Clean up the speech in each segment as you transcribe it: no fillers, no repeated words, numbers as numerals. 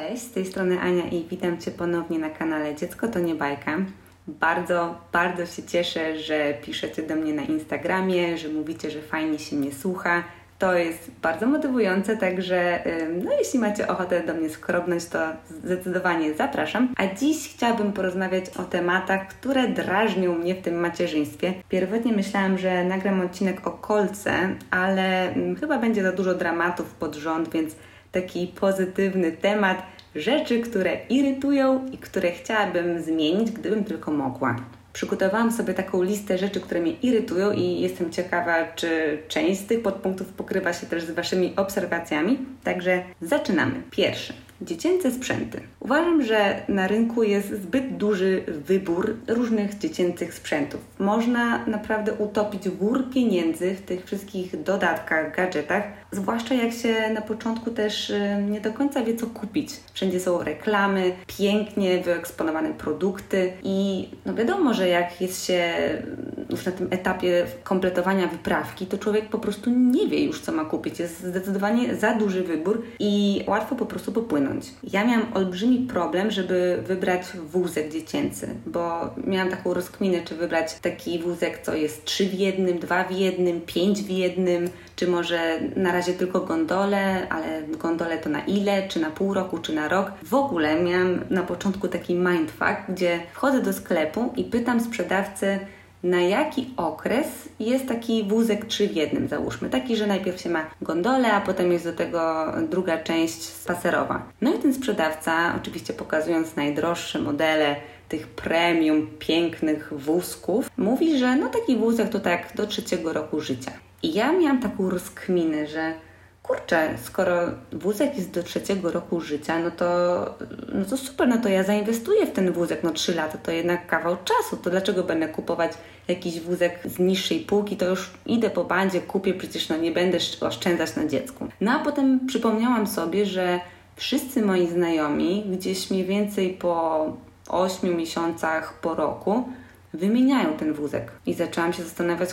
Cześć, z tej strony Ania i witam Cię ponownie na kanale Dziecko to nie bajka. Bardzo się cieszę, że piszecie do mnie na Instagramie, że mówicie, że fajnie się mnie słucha. To jest bardzo motywujące, także jeśli macie ochotę do mnie skrobnąć, to zdecydowanie zapraszam. A dziś chciałabym porozmawiać o tematach, które drażnią mnie w tym macierzyństwie. Pierwotnie myślałam, że nagram odcinek o kolce, ale chyba będzie za dużo dramatów pod rząd, więc taki pozytywny temat, rzeczy, które irytują i które chciałabym zmienić, gdybym tylko mogła. Przygotowałam sobie taką listę rzeczy, które mnie irytują i jestem ciekawa, czy część z tych podpunktów pokrywa się też z Waszymi obserwacjami. Także zaczynamy. Pierwszy. Dziecięce sprzęty. Uważam, że na rynku jest zbyt duży wybór różnych dziecięcych sprzętów. Można naprawdę utopić wór pieniędzy w tych wszystkich dodatkach, gadżetach, zwłaszcza jak się na początku też nie do końca wie, co kupić. Wszędzie są reklamy, pięknie wyeksponowane produkty i wiadomo, że jak jest się już na tym etapie kompletowania wyprawki, to człowiek po prostu nie wie już, co ma kupić. Jest zdecydowanie za duży wybór i łatwo po prostu popłynąć. Ja miałam olbrzymi problem, żeby wybrać wózek dziecięcy, bo miałam taką rozkminę, czy wybrać taki wózek, co jest 3 w 1, 2 w 1, 5 w 1, czy może na razie tylko gondolę, ale gondolę to na ile, czy na pół roku, czy na rok. W ogóle miałam na początku taki mindfuck, gdzie wchodzę do sklepu i pytam sprzedawcę, na jaki okres jest taki wózek 3 w 1, załóżmy. Taki, że najpierw się ma gondolę, a potem jest do tego druga część spacerowa. No i ten sprzedawca, oczywiście pokazując najdroższe modele tych premium, pięknych wózków, mówi, że taki wózek to tak do 3 roku życia. I ja miałam taką rozkminę, że kurczę, skoro wózek jest do 3 roku życia, no to super, to ja zainwestuję w ten wózek, 3 lata to jednak kawał czasu, to dlaczego będę kupować jakiś wózek z niższej półki, to już idę po bandzie, kupię, przecież nie będę oszczędzać na dziecku. No a potem przypomniałam sobie, że wszyscy moi znajomi gdzieś mniej więcej po 8 miesiącach, po roku wymieniają ten wózek. I zaczęłam się zastanawiać,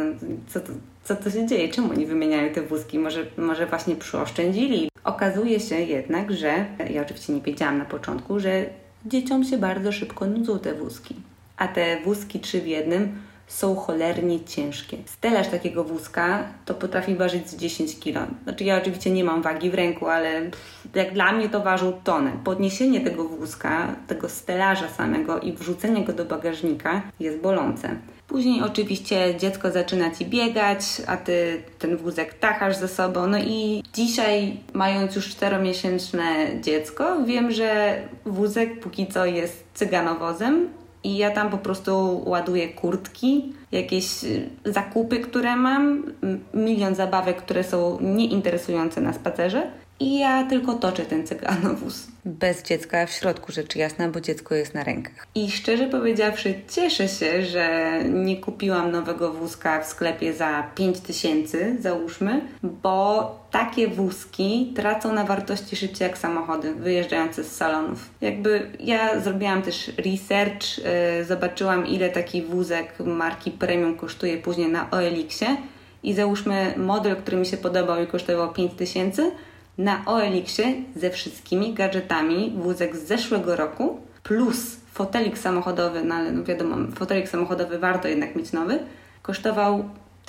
co to się dzieje? Czemu oni wymieniają te wózki? Może właśnie przyoszczędzili? Okazuje się jednak, że ja oczywiście nie wiedziałam na początku, że dzieciom się bardzo szybko nudzą te wózki. A te wózki 3 w 1 są cholernie ciężkie. Stelaż takiego wózka to potrafi ważyć z 10 kg. Znaczy ja oczywiście nie mam wagi w ręku, ale jak dla mnie to ważył tonę. Podniesienie tego wózka, tego stelaża samego i wrzucenie go do bagażnika jest bolące. Później oczywiście dziecko zaczyna Ci biegać, a Ty ten wózek tachasz ze sobą. No i dzisiaj, mając już 4-miesięczne dziecko, wiem, że wózek póki co jest cyganowozem i ja tam po prostu ładuję kurtki, jakieś zakupy, które mam, milion zabawek, które są nieinteresujące na spacerze i ja tylko toczę ten cyganowóz. Bez dziecka w środku, rzecz jasna, bo dziecko jest na rękach. I szczerze powiedziawszy, cieszę się, że nie kupiłam nowego wózka w sklepie za 5000, załóżmy, bo takie wózki tracą na wartości szybciej jak samochody wyjeżdżające z salonów. Ja zrobiłam też research, zobaczyłam, ile taki wózek marki Premium kosztuje później na OLX-ie i załóżmy model, który mi się podobał i kosztował 5000, na OLX-ie ze wszystkimi gadżetami wózek z zeszłego roku plus fotelik samochodowy, ale wiadomo, fotelik samochodowy warto jednak mieć nowy, kosztował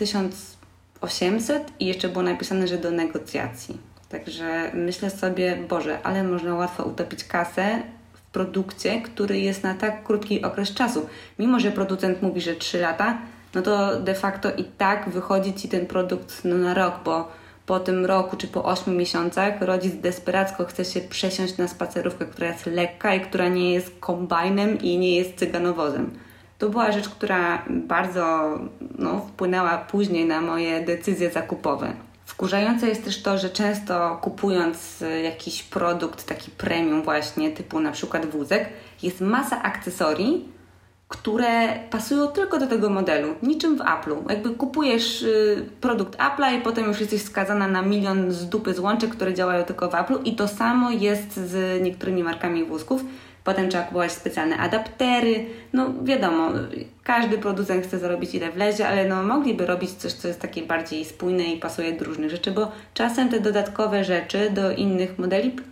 1800 i jeszcze było napisane, że do negocjacji. Także myślę sobie, Boże, ale można łatwo utopić kasę w produkcie, który jest na tak krótki okres czasu. Mimo że producent mówi, że 3 lata, to de facto i tak wychodzi Ci ten produkt na rok, bo po tym roku czy po 8 miesiącach rodzic desperacko chce się przesiąść na spacerówkę, która jest lekka i która nie jest kombajnem i nie jest cyganowozem. To była rzecz, która bardzo wpłynęła później na moje decyzje zakupowe. Wkurzające jest też to, że często kupując jakiś produkt taki premium właśnie, typu na przykład wózek, jest masa akcesorii, które pasują tylko do tego modelu, niczym w Apple'u. Kupujesz produkt Apple'a i potem już jesteś skazana na milion z dupy złączek, które działają tylko w Apple'u i to samo jest z niektórymi markami wózków. Potem trzeba kupować specjalne adaptery. Wiadomo, każdy producent chce zarobić ile wlezie, ale mogliby robić coś, co jest takie bardziej spójne i pasuje do różnych rzeczy, bo czasem te dodatkowe rzeczy do innych modeli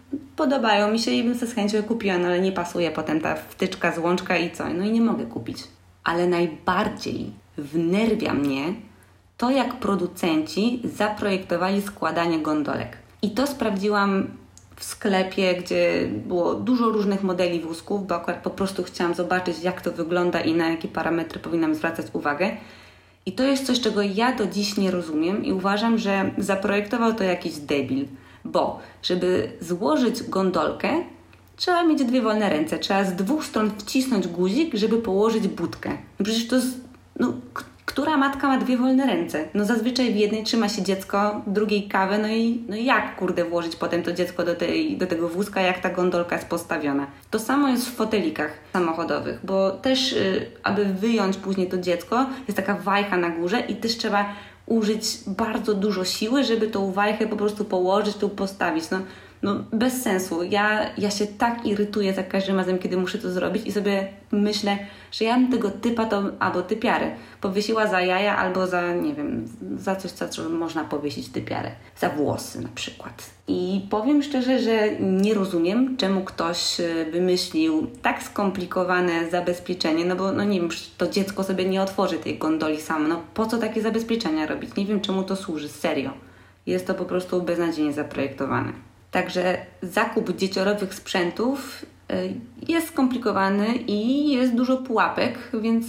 podobają mi się i bym sobie z chęcią je kupiła, no ale nie pasuje potem ta wtyczka z łączka i co? No i nie mogę kupić. Ale najbardziej wnerwia mnie to, jak producenci zaprojektowali składanie gondolek. I to sprawdziłam w sklepie, gdzie było dużo różnych modeli wózków, bo akurat po prostu chciałam zobaczyć, jak to wygląda i na jakie parametry powinnam zwracać uwagę. I to jest coś, czego ja do dziś nie rozumiem i uważam, że zaprojektował to jakiś debil. Bo żeby złożyć gondolkę, trzeba mieć 2 wolne ręce. Trzeba z 2 stron wcisnąć guzik, żeby położyć budkę. No przecież to jest... która matka ma 2 wolne ręce? No zazwyczaj w jednej trzyma się dziecko, w drugiej kawę, no i jak włożyć potem to dziecko do tego wózka, jak ta gondolka jest postawiona? To samo jest w fotelikach samochodowych, bo też, aby wyjąć później to dziecko, jest taka wajcha na górze i też trzeba użyć bardzo dużo siły, żeby tą wajchę po prostu położyć, tu postawić. No bez sensu. Ja się tak irytuję za każdym razem, kiedy muszę to zrobić i sobie myślę, że ja bym tego typa albo typiarę powiesiła za jaja albo za, nie wiem, za coś, co można powiesić typiarę. Za włosy na przykład. I powiem szczerze, że nie rozumiem, czemu ktoś wymyślił tak skomplikowane zabezpieczenie, no bo nie wiem, to dziecko sobie nie otworzy tej gondoli samo. No po co takie zabezpieczenia robić? Nie wiem, czemu to służy. Serio. Jest to po prostu beznadziejnie zaprojektowane. Także zakup dzieciorowych sprzętów jest skomplikowany i jest dużo pułapek, więc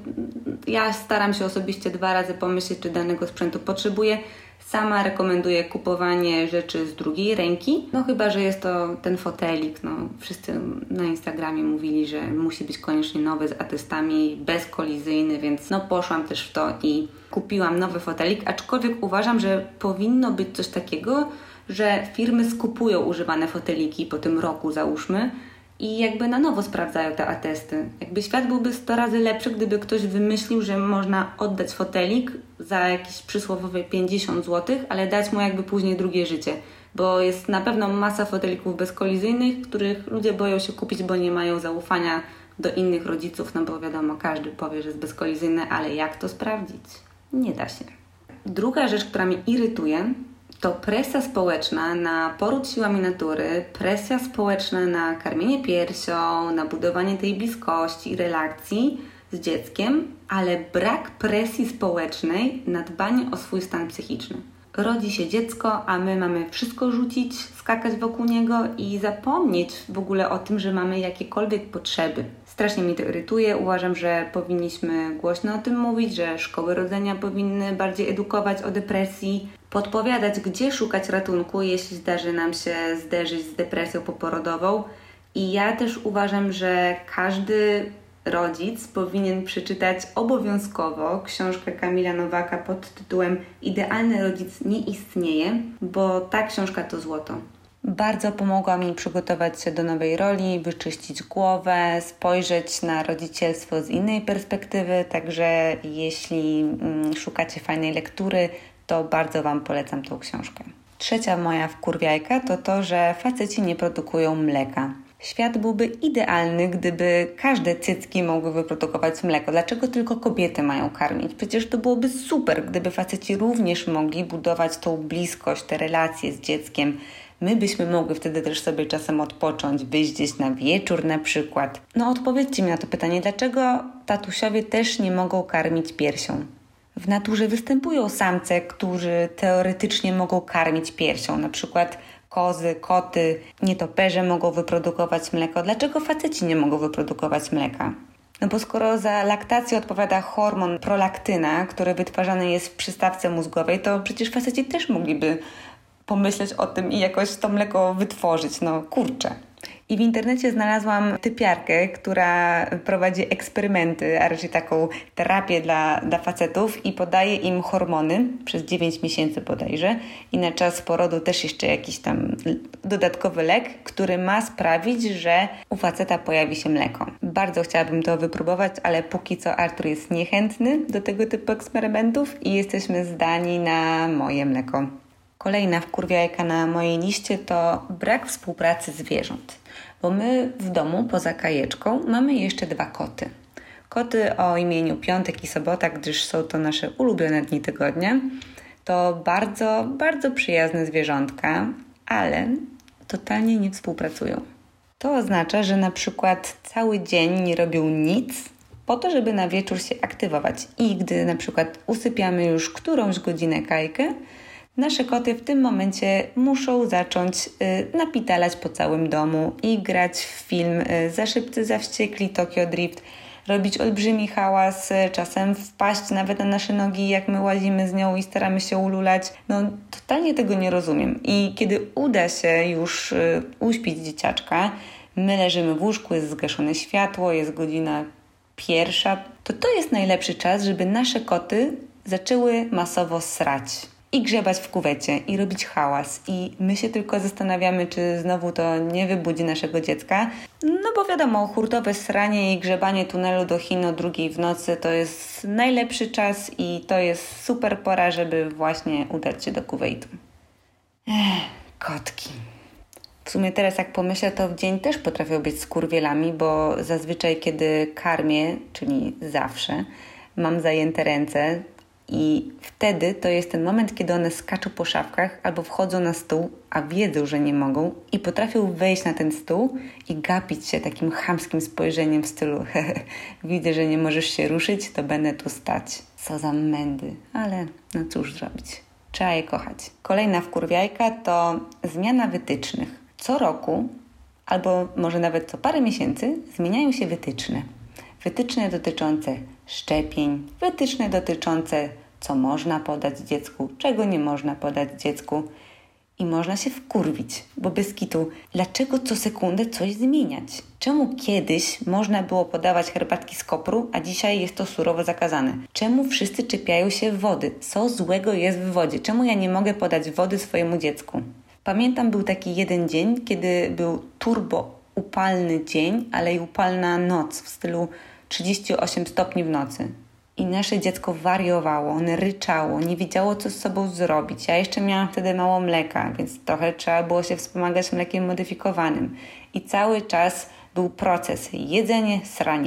ja staram się osobiście 2 razy pomyśleć, czy danego sprzętu potrzebuję. Sama rekomenduję kupowanie rzeczy z drugiej ręki. No chyba, że jest to ten fotelik. No, wszyscy na Instagramie mówili, że musi być koniecznie nowy z atestami, bezkolizyjny, więc poszłam też w to i kupiłam nowy fotelik, aczkolwiek uważam, że powinno być coś takiego, że firmy skupują używane foteliki po tym roku, załóżmy, i jakby na nowo sprawdzają te atesty. Jakby świat byłby 100 razy lepszy, gdyby ktoś wymyślił, że można oddać fotelik za jakieś przysłowowe 50 zł, ale dać mu jakby później drugie życie. Bo jest na pewno masa fotelików bezkolizyjnych, których ludzie boją się kupić, bo nie mają zaufania do innych rodziców, no bo wiadomo, każdy powie, że jest bezkolizyjny, ale jak to sprawdzić? Nie da się. Druga rzecz, która mnie irytuje, to presja społeczna na poród siłami natury, presja społeczna na karmienie piersią, na budowanie tej bliskości i relacji z dzieckiem, ale brak presji społecznej na dbanie o swój stan psychiczny. Rodzi się dziecko, a my mamy wszystko rzucić, skakać wokół niego i zapomnieć w ogóle o tym, że mamy jakiekolwiek potrzeby. Strasznie mnie to irytuje. Uważam, że powinniśmy głośno o tym mówić, że szkoły rodzenia powinny bardziej edukować o depresji, podpowiadać, gdzie szukać ratunku, jeśli zdarzy nam się zderzyć z depresją poporodową. I ja też uważam, że każdy rodzic powinien przeczytać obowiązkowo książkę Kamila Nowaka pod tytułem Idealny rodzic nie istnieje, bo ta książka to złoto. Bardzo pomogła mi przygotować się do nowej roli, wyczyścić głowę, spojrzeć na rodzicielstwo z innej perspektywy, także jeśli szukacie fajnej lektury, to bardzo Wam polecam tą książkę. Trzecia moja wkurwiajka to to, że faceci nie produkują mleka. Świat byłby idealny, gdyby każde cycki mogły wyprodukować mleko. Dlaczego tylko kobiety mają karmić? Przecież to byłoby super, gdyby faceci również mogli budować tą bliskość, te relacje z dzieckiem. My byśmy mogły wtedy też sobie czasem odpocząć, wyjść gdzieś na wieczór na przykład. Odpowiedzcie mi na to pytanie, dlaczego tatusiowie też nie mogą karmić piersią? W naturze występują samce, którzy teoretycznie mogą karmić piersią, na przykład kozy, koty, nietoperze mogą wyprodukować mleko. Dlaczego faceci nie mogą wyprodukować mleka? Bo skoro za laktację odpowiada hormon prolaktyna, który wytwarzany jest w przystawce mózgowej, to przecież faceci też mogliby pomyśleć o tym i jakoś to mleko wytworzyć. Kurczę. I w internecie znalazłam typiarkę, która prowadzi eksperymenty, a raczej taką terapię dla facetów i podaje im hormony przez 9 miesięcy bodajże i na czas porodu też jeszcze jakiś tam dodatkowy lek, który ma sprawić, że u faceta pojawi się mleko. Bardzo chciałabym to wypróbować, ale póki co Artur jest niechętny do tego typu eksperymentów i jesteśmy zdani na moje mleko. Kolejna wkurwiajka na mojej liście to brak współpracy zwierząt. Bo my w domu poza Kajeczką mamy jeszcze 2 koty. Koty o imieniu Piątek i Sobota, gdyż są to nasze ulubione dni tygodnia. To bardzo, bardzo przyjazne zwierzątka, ale totalnie nie współpracują. To oznacza, że na przykład cały dzień nie robią nic po to, żeby na wieczór się aktywować. I gdy na przykład usypiamy już którąś godzinę Kajkę, nasze koty w tym momencie muszą zacząć napitalać po całym domu i grać w film Za szybcy, za wściekli, Tokyo Drift, robić olbrzymi hałas, czasem wpaść nawet na nasze nogi, jak my łazimy z nią i staramy się ululać. No, totalnie tego nie rozumiem. I kiedy uda się już uśpić dzieciaczka, my leżymy w łóżku, jest zgaszone światło, jest godzina 1, to jest najlepszy czas, żeby nasze koty zaczęły masowo srać i grzebać w kuwecie i robić hałas. I my się tylko zastanawiamy, czy znowu to nie wybudzi naszego dziecka. No bo wiadomo, hurtowe sranie i grzebanie tunelu do Chin o 2 w nocy to jest najlepszy czas i to jest super pora, żeby właśnie udać się do Kuwejtu. Kotki. W sumie teraz jak pomyślę, to w dzień też potrafią być skurwielami, bo zazwyczaj kiedy karmię, czyli zawsze, mam zajęte ręce i wtedy to jest ten moment, kiedy one skaczą po szafkach albo wchodzą na stół, a wiedzą, że nie mogą i potrafią wejść na ten stół i gapić się takim chamskim spojrzeniem w stylu widzę, że nie możesz się ruszyć, to będę tu stać. Co za mędy, ale no cóż zrobić. Trzeba je kochać. Kolejna wkurwiajka to zmiana wytycznych. Co roku, albo może nawet co parę miesięcy, zmieniają się wytyczne. Wytyczne dotyczące szczepień, wytyczne dotyczące co można podać dziecku, czego nie można podać dziecku. I można się wkurwić, bo bez kitu, dlaczego co sekundę coś zmieniać? Czemu kiedyś można było podawać herbatki z kopru, a dzisiaj jest to surowo zakazane? Czemu wszyscy czepiają się wody? Co złego jest w wodzie? Czemu ja nie mogę podać wody swojemu dziecku? Pamiętam, był taki jeden dzień, kiedy był turbo upalny dzień, ale i upalna noc w stylu 38 stopni w nocy. I nasze dziecko wariowało, one ryczało, nie wiedziało, co z sobą zrobić. Ja jeszcze miałam wtedy mało mleka, więc trochę trzeba było się wspomagać mlekiem modyfikowanym. I cały czas był proces jedzenie,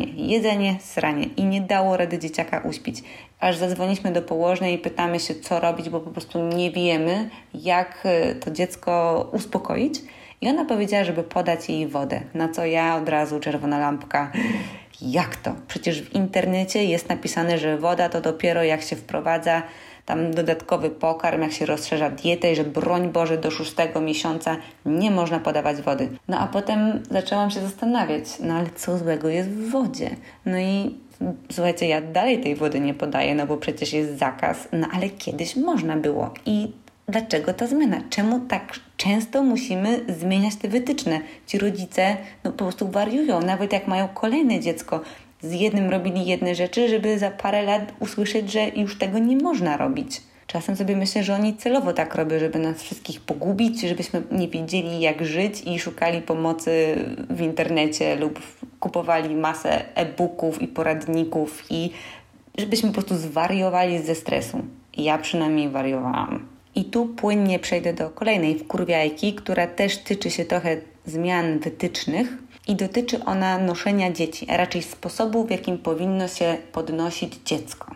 sranie i nie dało rady dzieciaka uśpić. Aż zadzwoniliśmy do położnej i pytamy się, co robić, bo po prostu nie wiemy, jak to dziecko uspokoić. I ona powiedziała, żeby podać jej wodę, na co ja od razu czerwona lampka. Jak to? Przecież w internecie jest napisane, że woda to dopiero jak się wprowadza tam dodatkowy pokarm, jak się rozszerza dietę i że broń Boże do 6 miesiąca nie można podawać wody. No a potem zaczęłam się zastanawiać, no ale co złego jest w wodzie? No i słuchajcie, ja dalej tej wody nie podaję, no bo przecież jest zakaz, no ale kiedyś można było. I dlaczego ta zmiana? Czemu tak często musimy zmieniać te wytyczne? Ci rodzice no po prostu wariują, nawet jak mają kolejne dziecko. Z jednym robili jedne rzeczy, żeby za parę lat usłyszeć, że już tego nie można robić. Czasem sobie myślę, że oni celowo tak robią, żeby nas wszystkich pogubić, żebyśmy nie wiedzieli jak żyć i szukali pomocy w internecie lub kupowali masę e-booków i poradników i żebyśmy po prostu zwariowali ze stresu. Ja przynajmniej wariowałam. I tu płynnie przejdę do kolejnej wkurwiajki, która też tyczy się trochę zmian wytycznych i dotyczy ona noszenia dzieci, a raczej sposobu, w jakim powinno się podnosić dziecko.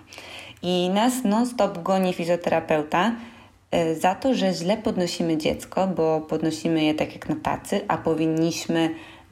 I nas non-stop goni fizjoterapeuta za to, że źle podnosimy dziecko, bo podnosimy je tak jak na tacy, a powinniśmy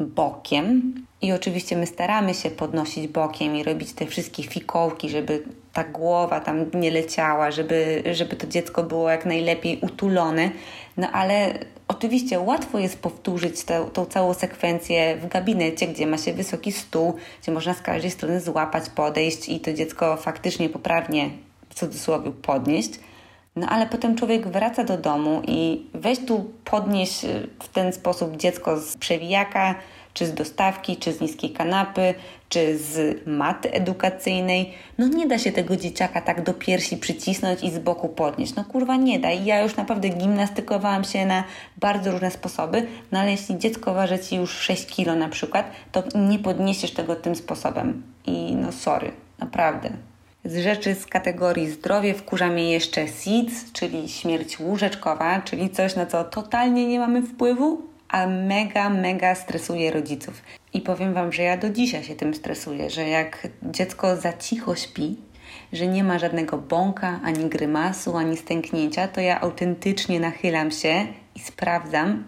bokiem. I oczywiście my staramy się podnosić bokiem i robić te wszystkie fikołki, żeby ta głowa tam nie leciała, żeby to dziecko było jak najlepiej utulone. No ale oczywiście łatwo jest powtórzyć tą całą sekwencję w gabinecie, gdzie ma się wysoki stół, gdzie można z każdej strony złapać, podejść i to dziecko faktycznie poprawnie, w cudzysłowie, podnieść. No ale potem człowiek wraca do domu i weź tu podnieść w ten sposób dziecko z przewijaka, czy z dostawki, czy z niskiej kanapy, czy z maty edukacyjnej. No nie da się tego dzieciaka tak do piersi przycisnąć i z boku podnieść. No kurwa nie da. I ja już naprawdę gimnastykowałam się na bardzo różne sposoby, no ale jeśli dziecko waży Ci już 6 kilo na przykład, to nie podniesiesz tego tym sposobem. I no sorry, naprawdę. Z rzeczy z kategorii zdrowie wkurza mnie jeszcze SIDS, czyli śmierć łóżeczkowa, czyli coś, na co totalnie nie mamy wpływu, a mega stresuje rodziców. I powiem Wam, że ja do dzisiaj się tym stresuję, że jak dziecko za cicho śpi, że nie ma żadnego bąka, ani grymasu, ani stęknięcia, to ja autentycznie nachylam się i sprawdzam,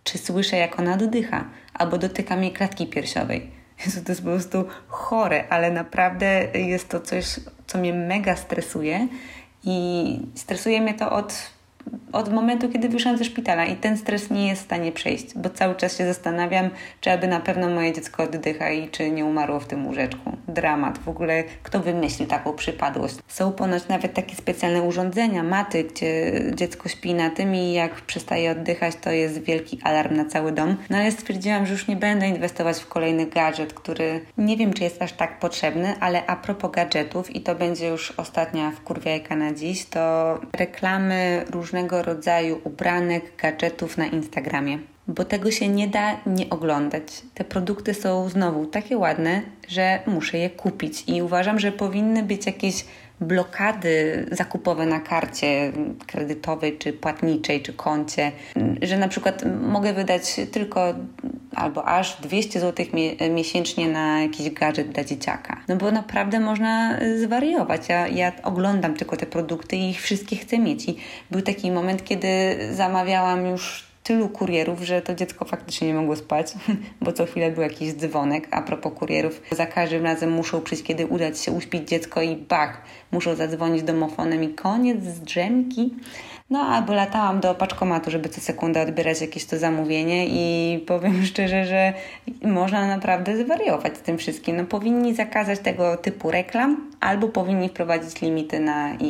czy słyszę, jak ona oddycha, albo dotykam jej klatki piersiowej. Jezu, to jest po prostu chore, ale naprawdę jest to coś, co mnie mega stresuje i stresuje mnie to od momentu, kiedy wyszłam ze szpitala i ten stres nie jest w stanie przejść, bo cały czas się zastanawiam, czy aby na pewno moje dziecko oddycha i czy nie umarło w tym łóżeczku. Dramat. W ogóle kto wymyślił taką przypadłość? Są ponoć nawet takie specjalne urządzenia, maty, gdzie dziecko śpi na tym i jak przestaje oddychać, to jest wielki alarm na cały dom. No ale stwierdziłam, że już nie będę inwestować w kolejny gadżet, który nie wiem, czy jest aż tak potrzebny, ale a propos gadżetów i to będzie już ostatnia wkurwiajka na dziś, to reklamy różnego rodzaju ubranek, gadżetów na Instagramie, bo tego się nie da nie oglądać. Te produkty są znowu takie ładne, że muszę je kupić i uważam, że powinny być jakieś blokady zakupowe na karcie kredytowej, czy płatniczej, czy koncie, że na przykład mogę wydać tylko albo aż 200 zł miesięcznie na jakiś gadżet dla dzieciaka. No bo naprawdę można zwariować. Ja oglądam tylko te produkty i ich wszystkie chcę mieć. I był taki moment, kiedy zamawiałam już tylu kurierów, że to dziecko faktycznie nie mogło spać, bo co chwilę był jakiś dzwonek. A propos kurierów, za każdym razem muszą przyjść, kiedy udać się uśpić dziecko i bach, muszą zadzwonić domofonem i koniec z drzemki. No albo latałam do paczkomatu, żeby co sekundę odbierać jakieś to zamówienie i powiem szczerze, że można naprawdę zwariować z tym wszystkim. No powinni zakazać tego typu reklam albo powinni wprowadzić limity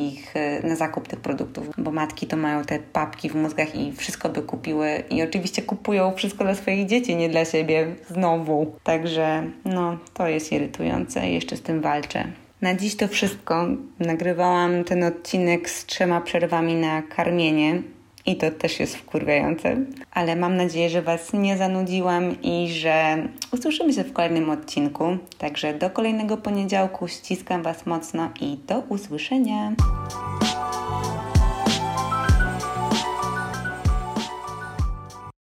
na zakup tych produktów, bo matki to mają te papki w mózgach i wszystko by kupiły i oczywiście kupują wszystko dla swoich dzieci, nie dla siebie znowu. Także no to jest irytujące i jeszcze z tym walczę. Na dziś to wszystko. Nagrywałam ten odcinek z 3 przerwami na karmienie i to też jest wkurwiające, ale mam nadzieję, że Was nie zanudziłam i że usłyszymy się w kolejnym odcinku. Także do kolejnego poniedziałku ściskam Was mocno i do usłyszenia.